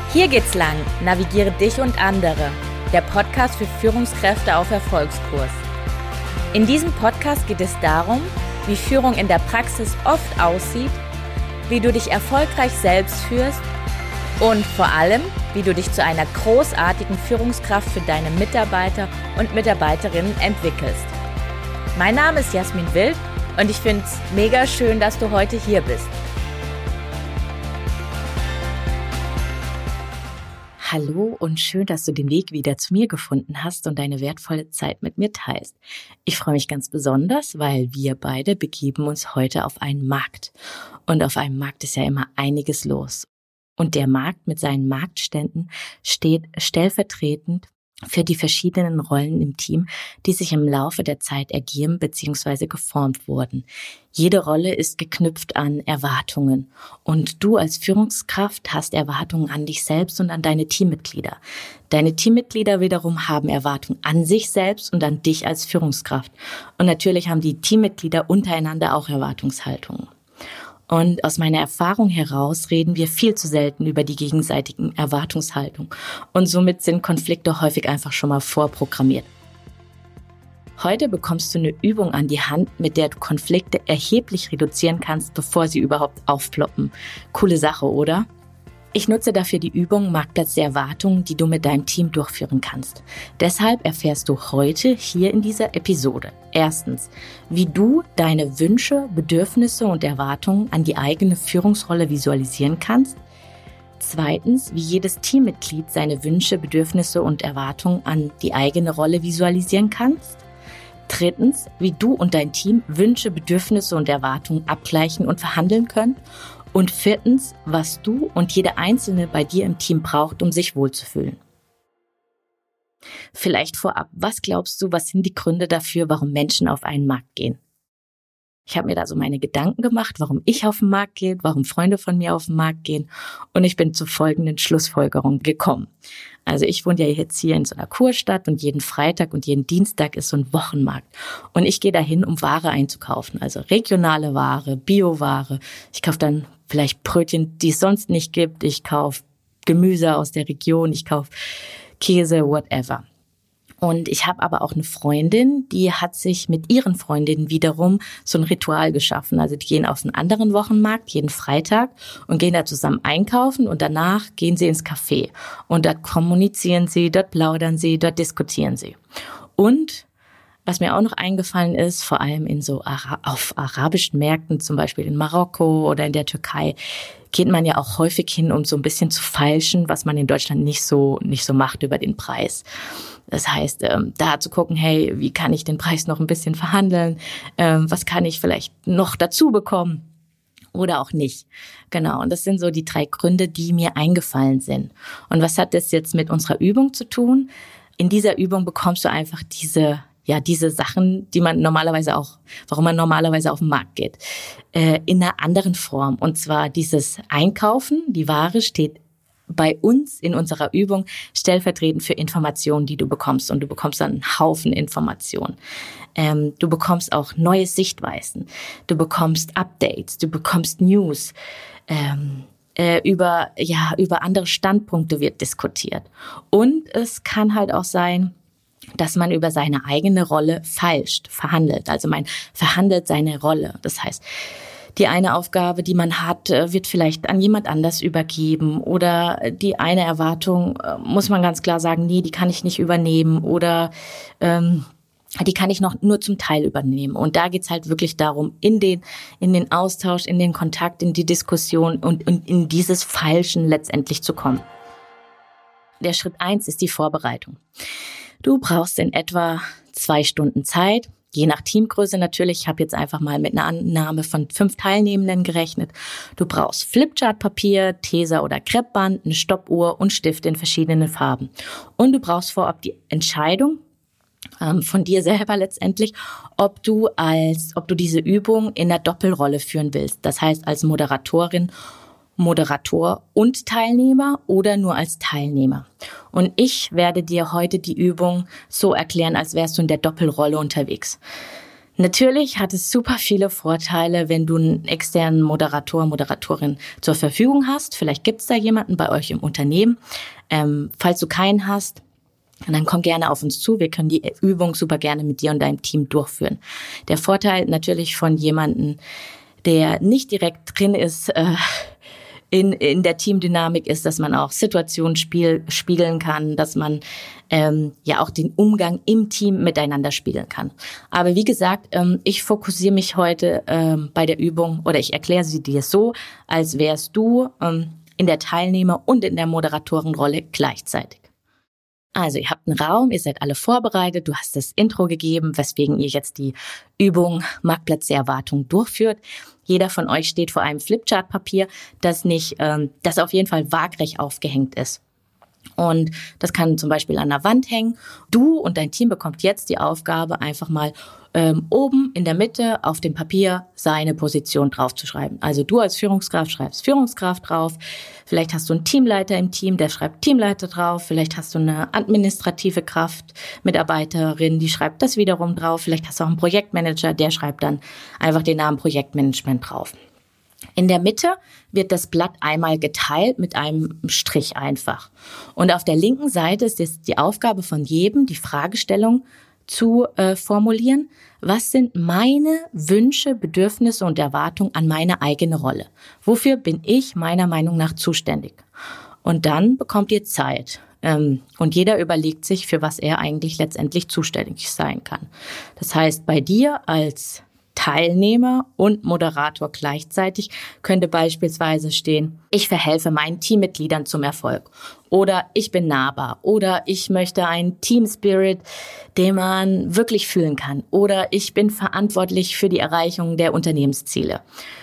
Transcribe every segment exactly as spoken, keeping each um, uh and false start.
Hier geht's lang. Navigiere dich und andere. Der Podcast für Führungskräfte auf Erfolgskurs. In diesem Podcast geht es darum, wie Führung in der Praxis oft aussieht, wie du dich erfolgreich selbst führst und vor allem, wie du dich zu einer großartigen Führungskraft für deine Mitarbeiter und Mitarbeiterinnen entwickelst. Mein Name ist Jasmin Wild und ich finde es mega schön, dass du heute hier bist. Hallo und schön, dass du den Weg wieder zu mir gefunden hast und deine wertvolle Zeit mit mir teilst. Ich freue mich ganz besonders, weil wir beide begeben uns heute auf einen Markt. Und auf einem Markt ist ja immer einiges los. Und der Markt mit seinen Marktständen steht stellvertretend für die verschiedenen Rollen im Team, die sich im Laufe der Zeit ergeben bzw. geformt wurden. Jede Rolle ist geknüpft an Erwartungen und du als Führungskraft hast Erwartungen an dich selbst und an deine Teammitglieder. Deine Teammitglieder wiederum haben Erwartungen an sich selbst und an dich als Führungskraft. Und natürlich haben die Teammitglieder untereinander auch Erwartungshaltungen. Und aus meiner Erfahrung heraus reden wir viel zu selten über die gegenseitigen Erwartungshaltungen. Und somit sind Konflikte häufig einfach schon mal vorprogrammiert. Heute bekommst du eine Übung an die Hand, mit der du Konflikte erheblich reduzieren kannst, bevor sie überhaupt aufploppen. Coole Sache, oder? Ich nutze dafür die Übung Marktplatz der Erwartungen, die du mit deinem Team durchführen kannst. Deshalb erfährst du heute hier in dieser Episode erstens, wie du deine Wünsche, Bedürfnisse und Erwartungen an die eigene Führungsrolle visualisieren kannst. Zweitens, wie jedes Teammitglied seine Wünsche, Bedürfnisse und Erwartungen an die eigene Rolle visualisieren kannst. Drittens, wie du und dein Team Wünsche, Bedürfnisse und Erwartungen abgleichen und verhandeln können. Und viertens, was du und jede Einzelne bei dir im Team braucht, um sich wohlzufühlen. Vielleicht vorab, was glaubst du, was sind die Gründe dafür, warum Menschen auf einen Markt gehen? Ich habe mir da so meine Gedanken gemacht, warum ich auf den Markt gehe, warum Freunde von mir auf den Markt gehen und ich bin zu folgenden Schlussfolgerungen gekommen. Also ich wohne ja jetzt hier in so einer Kurstadt und jeden Freitag und jeden Dienstag ist so ein Wochenmarkt. Und ich gehe dahin, um Ware einzukaufen, also regionale Ware, Bioware. Ich kaufe dann vielleicht Brötchen, die es sonst nicht gibt. Ich kaufe Gemüse aus der Region, ich kaufe Käse, whatever. Und ich habe aber auch eine Freundin, die hat sich mit ihren Freundinnen wiederum so ein Ritual geschaffen. Also die gehen auf einen anderen Wochenmarkt jeden Freitag und gehen da zusammen einkaufen und danach gehen sie ins Café. Und dort kommunizieren sie, dort plaudern sie, dort diskutieren sie. Und was mir auch noch eingefallen ist, vor allem in so Ara- auf arabischen Märkten, zum Beispiel in Marokko oder in der Türkei, geht man ja auch häufig hin, um so ein bisschen zu feilschen, was man in Deutschland nicht so nicht so macht über den Preis. Das heißt, ähm, da zu gucken, hey, wie kann ich den Preis noch ein bisschen verhandeln? Ähm, was kann ich vielleicht noch dazu bekommen? Oder auch nicht. Genau, und das sind so die drei Gründe, die mir eingefallen sind. Und was hat das jetzt mit unserer Übung zu tun? In dieser Übung bekommst du einfach diese ja, diese Sachen, die man normalerweise auch, warum man normalerweise auf den Markt geht, äh, in einer anderen Form. Und zwar dieses Einkaufen, die Ware steht bei uns in unserer Übung stellvertretend für Informationen, die du bekommst. Und du bekommst dann einen Haufen Informationen. Ähm, du bekommst auch neue Sichtweisen. Du bekommst Updates, du bekommst News. Ähm, äh, über, ja, über andere Standpunkte wird diskutiert. Und es kann halt auch sein, dass man über seine eigene Rolle feilscht, verhandelt. Also man verhandelt seine Rolle. Das heißt, die eine Aufgabe, die man hat, wird vielleicht an jemand anders übergeben oder die eine Erwartung, muss man ganz klar sagen, nee, die kann ich nicht übernehmen oder ähm, die kann ich noch nur zum Teil übernehmen. Und da geht's halt wirklich darum, in den in den Austausch, in den Kontakt, in die Diskussion und, und in dieses Feilschen letztendlich zu kommen. Der Schritt eins ist die Vorbereitung. Du brauchst in etwa zwei Stunden Zeit, je nach Teamgröße natürlich. Ich habe jetzt einfach mal mit einer Annahme von fünf Teilnehmenden gerechnet. Du brauchst Flipchartpapier, Tesa oder Kreppband, eine Stoppuhr und Stifte in verschiedenen Farben. Und du brauchst vorab die Entscheidung ähm, von dir selber letztendlich, ob du als, ob du diese Übung in der Doppelrolle führen willst. Das heißt als Moderatorin, Moderator und Teilnehmer oder nur als Teilnehmer. Und ich werde dir heute die Übung so erklären, als wärst du in der Doppelrolle unterwegs. Natürlich hat es super viele Vorteile, wenn du einen externen Moderator, Moderatorin zur Verfügung hast. Vielleicht gibt es da jemanden bei euch im Unternehmen. Ähm, falls du keinen hast, dann komm gerne auf uns zu. Wir können die Übung super gerne mit dir und deinem Team durchführen. Der Vorteil natürlich von jemandem, der nicht direkt drin ist, äh, in in der Teamdynamik ist, dass man auch Situationen spiel, spiegeln kann, dass man ähm, ja auch den Umgang im Team miteinander spiegeln kann. Aber wie gesagt, ähm, ich fokussiere mich heute ähm, bei der Übung oder ich erkläre sie dir so, als wärst du ähm, in der Teilnehmer- und in der Moderatorenrolle gleichzeitig. Also ihr habt einen Raum, ihr seid alle vorbereitet, du hast das Intro gegeben, weswegen ihr jetzt die Übung Marktplatz der Erwartung durchführt. Jeder von euch steht vor einem Flipchart-Papier, das nicht, ähm, das auf jeden Fall waagrecht aufgehängt ist. Und das kann zum Beispiel an der Wand hängen. Du und dein Team bekommt jetzt die Aufgabe, einfach mal ähm, oben in der Mitte auf dem Papier seine Position draufzuschreiben. Also du als Führungskraft schreibst Führungskraft drauf. Vielleicht hast du einen Teamleiter im Team, der schreibt Teamleiter drauf. Vielleicht hast du eine administrative Kraft, Mitarbeiterin, die schreibt das wiederum drauf. Vielleicht hast du auch einen Projektmanager, der schreibt dann einfach den Namen Projektmanagement drauf. In der Mitte wird das Blatt einmal geteilt mit einem Strich einfach. Und auf der linken Seite ist es die Aufgabe von jedem, die Fragestellung zu äh, formulieren. Was sind meine Wünsche, Bedürfnisse und Erwartungen an meine eigene Rolle? Wofür bin ich meiner Meinung nach zuständig? Und dann bekommt ihr Zeit. Ähm, und jeder überlegt sich, für was er eigentlich letztendlich zuständig sein kann. Das heißt, bei dir als Teilnehmer und Moderator gleichzeitig könnte beispielsweise stehen, ich verhelfe meinen Teammitgliedern zum Erfolg oder ich bin nahbar oder ich möchte einen Team Spirit, den man wirklich fühlen kann oder ich bin verantwortlich für die Erreichung der Unternehmensziele.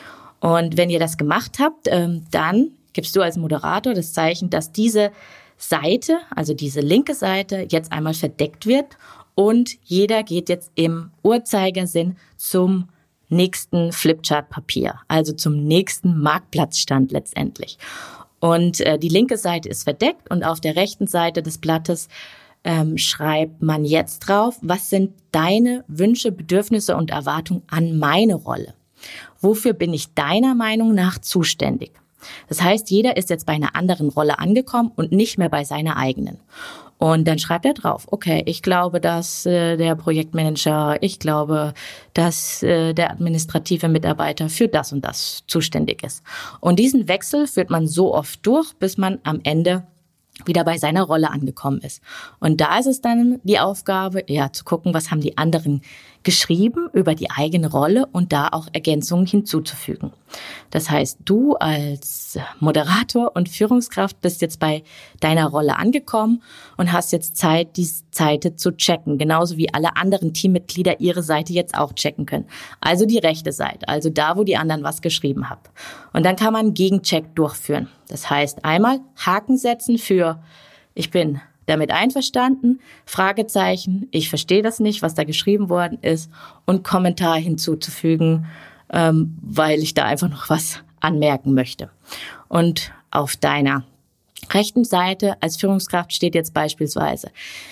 Und wenn ihr das gemacht habt, dann gibst du als Moderator das Zeichen, dass diese Seite, also diese linke Seite, jetzt einmal verdeckt wird. Und jeder geht jetzt im Uhrzeigersinn zum nächsten Flipchart-Papier, also zum nächsten Marktplatzstand letztendlich. Und äh, die linke Seite ist verdeckt und auf der rechten Seite des Blattes ähm, schreibt man jetzt drauf, was sind deine Wünsche, Bedürfnisse und Erwartungen an meine Rolle? Wofür bin ich deiner Meinung nach zuständig? Das heißt, jeder ist jetzt bei einer anderen Rolle angekommen und nicht mehr bei seiner eigenen. Und dann schreibt er drauf, okay, ich glaube, dass äh, der Projektmanager, ich glaube, dass äh, der administrative Mitarbeiter für das und das zuständig ist. Und diesen Wechsel führt man so oft durch, bis man am Ende wieder bei seiner Rolle angekommen ist. Und da ist es dann die Aufgabe, ja, zu gucken, was haben die anderen geschrieben über die eigene Rolle und da auch Ergänzungen hinzuzufügen. Das heißt, du als Moderator und Führungskraft bist jetzt bei deiner Rolle angekommen und hast jetzt Zeit, die Seite zu checken, genauso wie alle anderen Teammitglieder ihre Seite jetzt auch checken können. Also die rechte Seite, also da, wo die anderen was geschrieben haben. Und dann kann man einen Gegencheck durchführen. Das heißt, einmal Haken setzen für ich bin damit einverstanden, Fragezeichen, ich verstehe das nicht, was da geschrieben worden ist und Kommentar hinzuzufügen, ähm, weil ich da einfach noch was anmerken möchte. Und auf deiner rechten Seite als Führungskraft steht jetzt beispielsweise,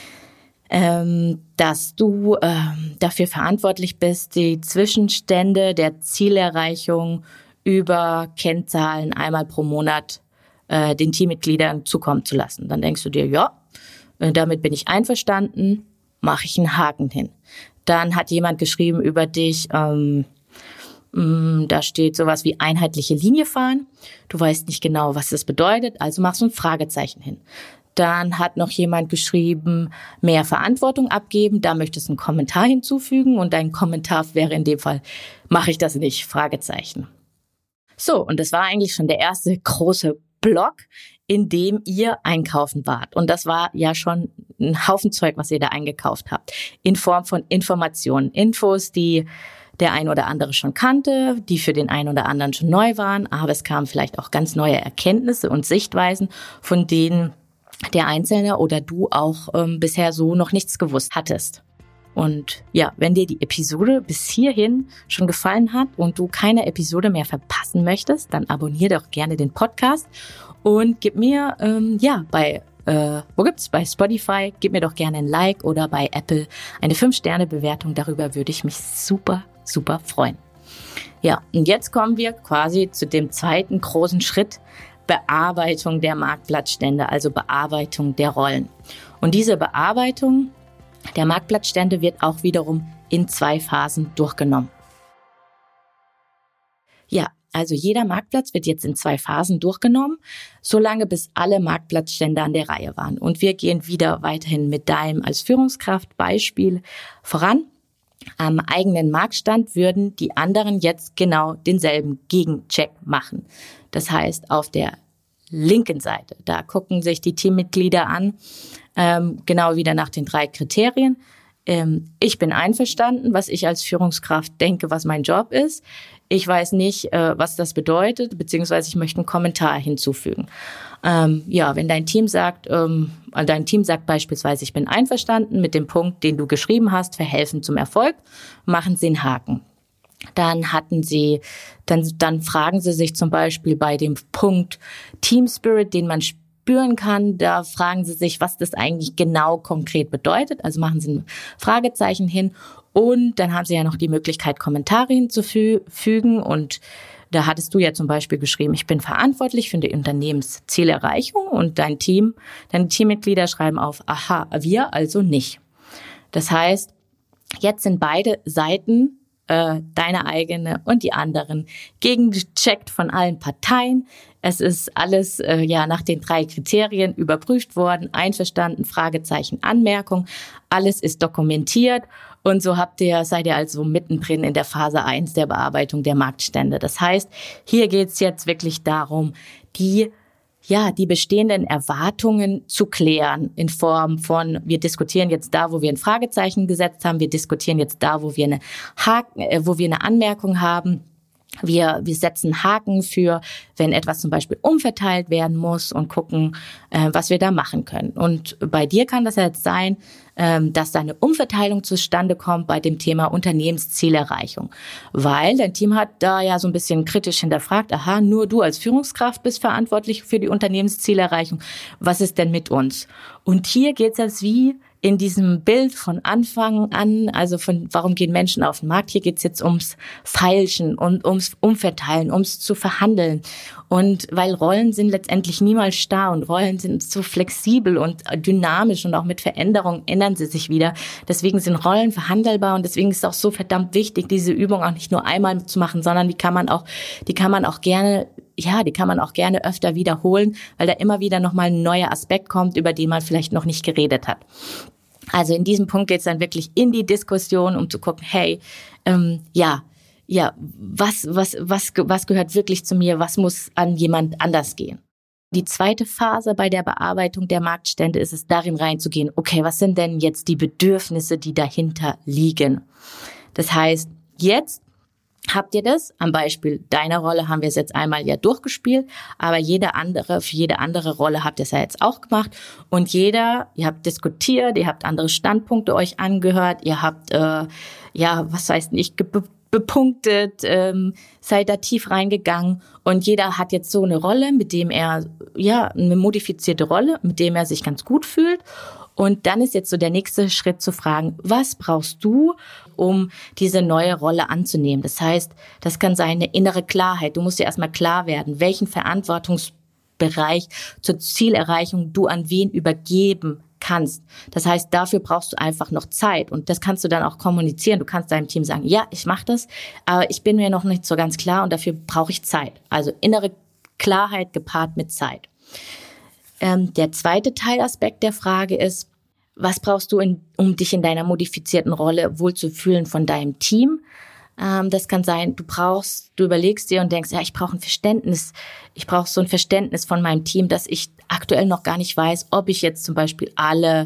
ähm, dass du ähm, dafür verantwortlich bist, die Zwischenstände der Zielerreichung über Kennzahlen einmal pro Monat äh, den Teammitgliedern zukommen zu lassen. Dann denkst du dir, ja, damit bin ich einverstanden, mache ich einen Haken hin. Dann hat jemand geschrieben über dich, ähm, mh, da steht sowas wie einheitliche Linie fahren. Du weißt nicht genau, was das bedeutet, also machst du ein Fragezeichen hin. Dann hat noch jemand geschrieben, mehr Verantwortung abgeben, da möchtest du einen Kommentar hinzufügen und dein Kommentar wäre in dem Fall, mache ich das nicht, Fragezeichen. So, und das war eigentlich schon der erste große Block, in dem ihr einkaufen wart. Und das war ja schon ein Haufen Zeug, was ihr da eingekauft habt. In Form von Informationen, Infos, die der ein oder andere schon kannte, die für den einen oder anderen schon neu waren. Aber es kamen vielleicht auch ganz neue Erkenntnisse und Sichtweisen, von denen der Einzelne oder du auch ähm, bisher so noch nichts gewusst hattest. Und ja, wenn dir die Episode bis hierhin schon gefallen hat und du keine Episode mehr verpassen möchtest, dann abonniere doch gerne den Podcast und gib mir ähm, ja bei äh, wo gibt's? Bei Spotify. Gib mir doch gerne ein Like oder bei Apple eine fünf Sterne Bewertung. Darüber würde ich mich super, super freuen. Ja, und jetzt kommen wir quasi zu dem zweiten großen Schritt, Bearbeitung der Marktplatzstände, also Bearbeitung der Rollen. Und diese Bearbeitung der Marktplatzstände wird auch wiederum in zwei Phasen durchgenommen. Ja, also jeder Marktplatz wird jetzt in zwei Phasen durchgenommen, solange bis alle Marktplatzstände an der Reihe waren. Und wir gehen wieder weiterhin mit deinem als Führungskraft Beispiel voran. Am eigenen Marktstand würden die anderen jetzt genau denselben Gegencheck machen. Das heißt, auf der linken Seite, da gucken sich die Teammitglieder an, ähm, genau wieder nach den drei Kriterien. Ähm, ich bin einverstanden, was ich als Führungskraft denke, was mein Job ist. Ich weiß nicht, äh, was das bedeutet, beziehungsweise ich möchte einen Kommentar hinzufügen. Ähm, ja, wenn dein Team sagt, ähm, dein Team sagt beispielsweise, ich bin einverstanden mit dem Punkt, den du geschrieben hast, verhelfen zum Erfolg, machen Sie einen Haken. Dann hatten sie, dann, dann fragen sie sich zum Beispiel bei dem Punkt Team Spirit, den man spüren kann, da fragen sie sich, was das eigentlich genau konkret bedeutet. Also machen sie ein Fragezeichen hin und dann haben sie ja noch die Möglichkeit, Kommentare hinzufügen und da hattest du ja zum Beispiel geschrieben, ich bin verantwortlich für die Unternehmenszielerreichung und dein Team, deine Teammitglieder schreiben auf, aha, wir also nicht. Das heißt, jetzt sind beide Seiten, äh, deine eigene und die anderen, gegengecheckt von allen Parteien. Es ist alles äh, ja nach den drei Kriterien überprüft worden, einverstanden, Fragezeichen, Anmerkung, alles ist dokumentiert. Und so habt ihr, seid ihr also mittendrin in der Phase eins der Bearbeitung der Marktstände. Das heißt, hier geht's jetzt wirklich darum, die ja, die bestehenden Erwartungen zu klären in Form von, wir diskutieren jetzt da, wo wir ein Fragezeichen gesetzt haben, wir diskutieren jetzt da, wo wir eine Haken, äh, wo wir eine Anmerkung haben. Wir, wir setzen Haken für, wenn etwas zum Beispiel umverteilt werden muss und gucken, äh, was wir da machen können. Und bei dir kann das jetzt sein, ähm, dass da eine Umverteilung zustande kommt bei dem Thema Unternehmenszielerreichung. Weil dein Team hat da ja so ein bisschen kritisch hinterfragt, aha, nur du als Führungskraft bist verantwortlich für die Unternehmenszielerreichung. Was ist denn mit uns? Und hier geht's jetzt wie in diesem Bild von Anfang an, also von warum gehen Menschen auf den Markt, hier geht's jetzt ums Feilschen und ums Umverteilen, ums zu verhandeln. Und weil Rollen sind letztendlich niemals starr und Rollen sind so flexibel und dynamisch und auch mit Veränderungen ändern sie sich wieder. Deswegen sind Rollen verhandelbar und deswegen ist es auch so verdammt wichtig, diese Übung auch nicht nur einmal zu machen, sondern die kann man auch, die kann man auch gerne Ja, die kann man auch gerne öfter wiederholen, weil da immer wieder nochmal ein neuer Aspekt kommt, über den man vielleicht noch nicht geredet hat. Also in diesem Punkt geht es dann wirklich in die Diskussion, um zu gucken, hey, ähm, ja, ja, was, was, was, was gehört wirklich zu mir, was muss an jemand anders gehen? Die zweite Phase bei der Bearbeitung der Marktstände ist es, darin reinzugehen, okay, was sind denn jetzt die Bedürfnisse, die dahinter liegen? Das heißt, jetzt habt ihr das? Am Beispiel deiner Rolle haben wir es jetzt einmal ja durchgespielt, aber jede andere, für jede andere Rolle habt ihr es ja jetzt auch gemacht und jeder, ihr habt diskutiert, ihr habt andere Standpunkte euch angehört, ihr habt, äh, ja, was heißt nicht, be- bepunktet, ähm, seid da tief reingegangen und jeder hat jetzt so eine Rolle, mit dem er, ja, eine modifizierte Rolle, mit dem er sich ganz gut fühlt. Und dann ist jetzt so der nächste Schritt zu fragen, was brauchst du, um diese neue Rolle anzunehmen? Das heißt, das kann sein eine innere Klarheit. Du musst dir erstmal klar werden, welchen Verantwortungsbereich zur Zielerreichung du an wen übergeben kannst. Das heißt, dafür brauchst du einfach noch Zeit und das kannst du dann auch kommunizieren. Du kannst deinem Team sagen, ja, ich mache das, aber ich bin mir noch nicht so ganz klar und dafür brauche ich Zeit. Also innere Klarheit gepaart mit Zeit. Ähm, der zweite Teilaspekt der Frage ist, was brauchst du, in, um dich in deiner modifizierten Rolle wohlzufühlen von deinem Team? Ähm, das kann sein, du brauchst, du überlegst dir und denkst, ja, ich brauche ein Verständnis, ich brauche so ein Verständnis von meinem Team, dass ich aktuell noch gar nicht weiß, ob ich jetzt zum Beispiel alle,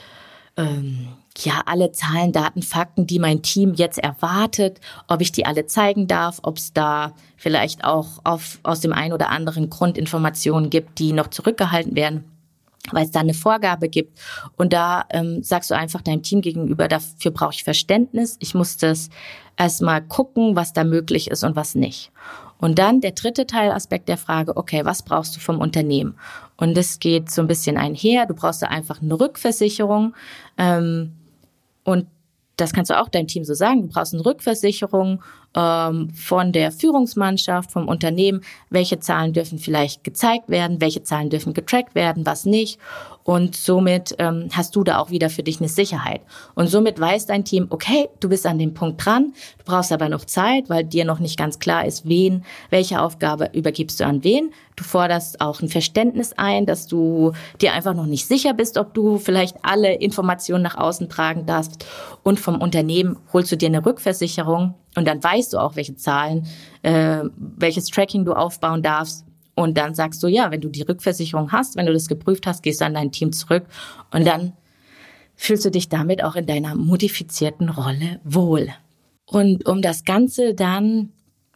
ähm, ja, alle Zahlen, Daten, Fakten, die mein Team jetzt erwartet, ob ich die alle zeigen darf, ob es da vielleicht auch auf, aus dem einen oder anderen Grund Informationen gibt, die noch zurückgehalten werden, weil es da eine Vorgabe gibt. Und da ähm, sagst du einfach deinem Team gegenüber, dafür brauche ich Verständnis. Ich muss das erstmal gucken, was da möglich ist und was nicht. Und dann der dritte Teilaspekt der Frage, okay, was brauchst du vom Unternehmen? Und das geht so ein bisschen einher. Du brauchst da einfach eine Rückversicherung. Ähm, und das kannst du auch deinem Team so sagen. Du brauchst eine Rückversicherung ähm, von der Führungsmannschaft, vom Unternehmen. Welche Zahlen dürfen vielleicht gezeigt werden? Welche Zahlen dürfen getrackt werden? Was nicht? Und somit ähm, hast du da auch wieder für dich eine Sicherheit. Und somit weiß dein Team, okay, du bist an dem Punkt dran. Du brauchst aber noch Zeit, weil dir noch nicht ganz klar ist, wen, welche Aufgabe übergibst du an wen. Du forderst auch ein Verständnis ein, dass du dir einfach noch nicht sicher bist, ob du vielleicht alle Informationen nach außen tragen darfst. Und vom Unternehmen holst du dir eine Rückversicherung und dann weißt du auch, welche Zahlen, äh, welches Tracking du aufbauen darfst. Und dann sagst du, ja, wenn du die Rückversicherung hast, wenn du das geprüft hast, gehst du an dein Team zurück und dann fühlst du dich damit auch in deiner modifizierten Rolle wohl. Und um das Ganze dann,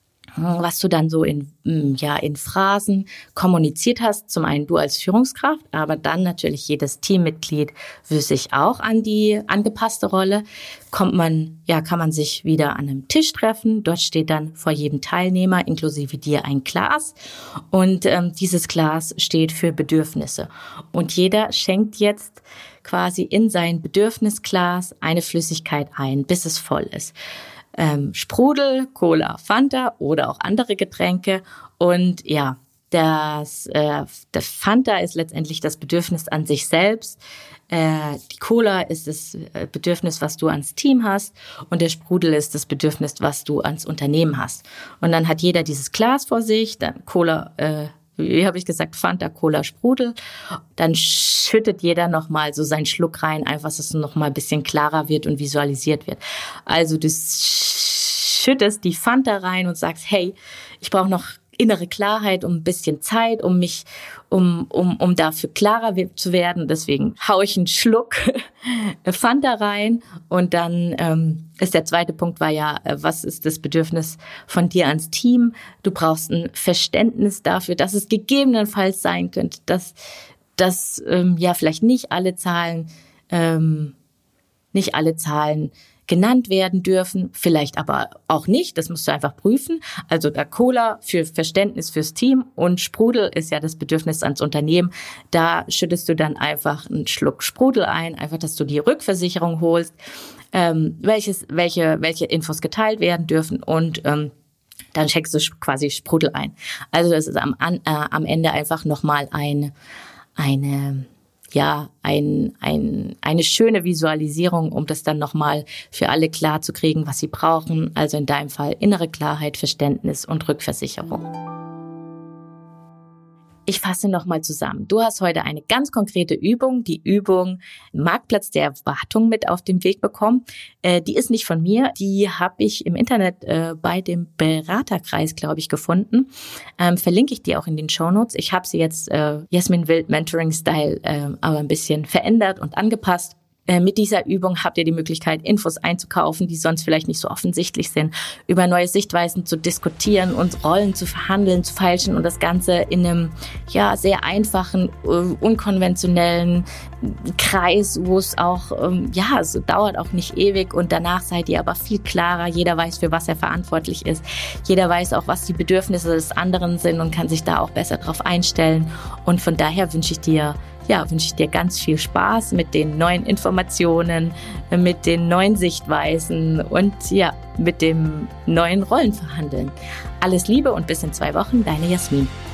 was du dann so in, ja, in Phrasen kommuniziert hast, zum einen du als Führungskraft, aber dann natürlich jedes Teammitglied für sich auch an die angepasste Rolle, kommt man, ja, kann man sich wieder an einem Tisch treffen. Dort steht dann vor jedem Teilnehmer inklusive dir ein Glas und ähm, dieses Glas steht für Bedürfnisse. Und jeder schenkt jetzt quasi in sein Bedürfnisglas eine Flüssigkeit ein, bis es voll ist. Ähm, Sprudel, Cola, Fanta oder auch andere Getränke. Und ja, das, äh, das Fanta ist letztendlich das Bedürfnis an sich selbst. Äh, die Cola ist das Bedürfnis, was du ans Team hast. Und der Sprudel ist das Bedürfnis, was du ans Unternehmen hast. Und dann hat jeder dieses Glas vor sich, dann Cola, äh, wie habe ich gesagt, Fanta, Cola, Sprudel. Dann schüttet jeder nochmal so seinen Schluck rein, einfach, dass es nochmal ein bisschen klarer wird und visualisiert wird. Also du schüttest die Fanta rein und sagst, hey, ich brauche noch innere Klarheit, um ein bisschen Zeit, um mich, um, um, um dafür klarer zu werden. Deswegen hau ich einen Schluck Fanta rein und dann ähm, ist der zweite Punkt war ja, was ist das Bedürfnis von dir ans Team? Du brauchst ein Verständnis dafür, dass es gegebenenfalls sein könnte, dass, dass ähm, ja vielleicht nicht alle Zahlen, ähm, nicht alle Zahlen genannt werden dürfen, vielleicht aber auch nicht, das musst du einfach prüfen. Also da Cola für Verständnis fürs Team und Sprudel ist ja das Bedürfnis ans Unternehmen. Da schüttest du dann einfach einen Schluck Sprudel ein, einfach, dass du die Rückversicherung holst, ähm, welches, welche, welche Infos geteilt werden dürfen und ähm, dann checkst du quasi Sprudel ein. Also das ist am, an, äh, am Ende einfach nochmal eine, eine ja, ein, ein, eine schöne Visualisierung, um das dann nochmal für alle klar zu kriegen, was sie brauchen. Also in deinem Fall innere Klarheit, Verständnis und Rückversicherung. Ich fasse nochmal zusammen. Du hast heute eine ganz konkrete Übung, die Übung Marktplatz der Erwartung mit auf den Weg bekommen. Äh, die ist nicht von mir, die habe ich im Internet äh, bei dem Beraterkreis, glaube ich, gefunden. Ähm, verlinke ich dir auch in den Shownotes. Ich habe sie jetzt äh, Jasmin Wild Mentoring Style äh, aber ein bisschen verändert und angepasst. Mit dieser Übung habt ihr die Möglichkeit, Infos einzukaufen, die sonst vielleicht nicht so offensichtlich sind, über neue Sichtweisen zu diskutieren und Rollen zu verhandeln, zu feilschen und das Ganze in einem ja sehr einfachen, unkonventionellen Kreis, wo es auch, ja, es dauert auch nicht ewig und danach seid ihr aber viel klarer. Jeder weiß, für was er verantwortlich ist. Jeder weiß auch, was die Bedürfnisse des anderen sind und kann sich da auch besser drauf einstellen. Und von daher wünsche ich dir Ja, wünsche ich dir ganz viel Spaß mit den neuen Informationen, mit den neuen Sichtweisen und ja, mit dem neuen Rollenverhandeln. Alles Liebe und bis in zwei Wochen, deine Jasmin.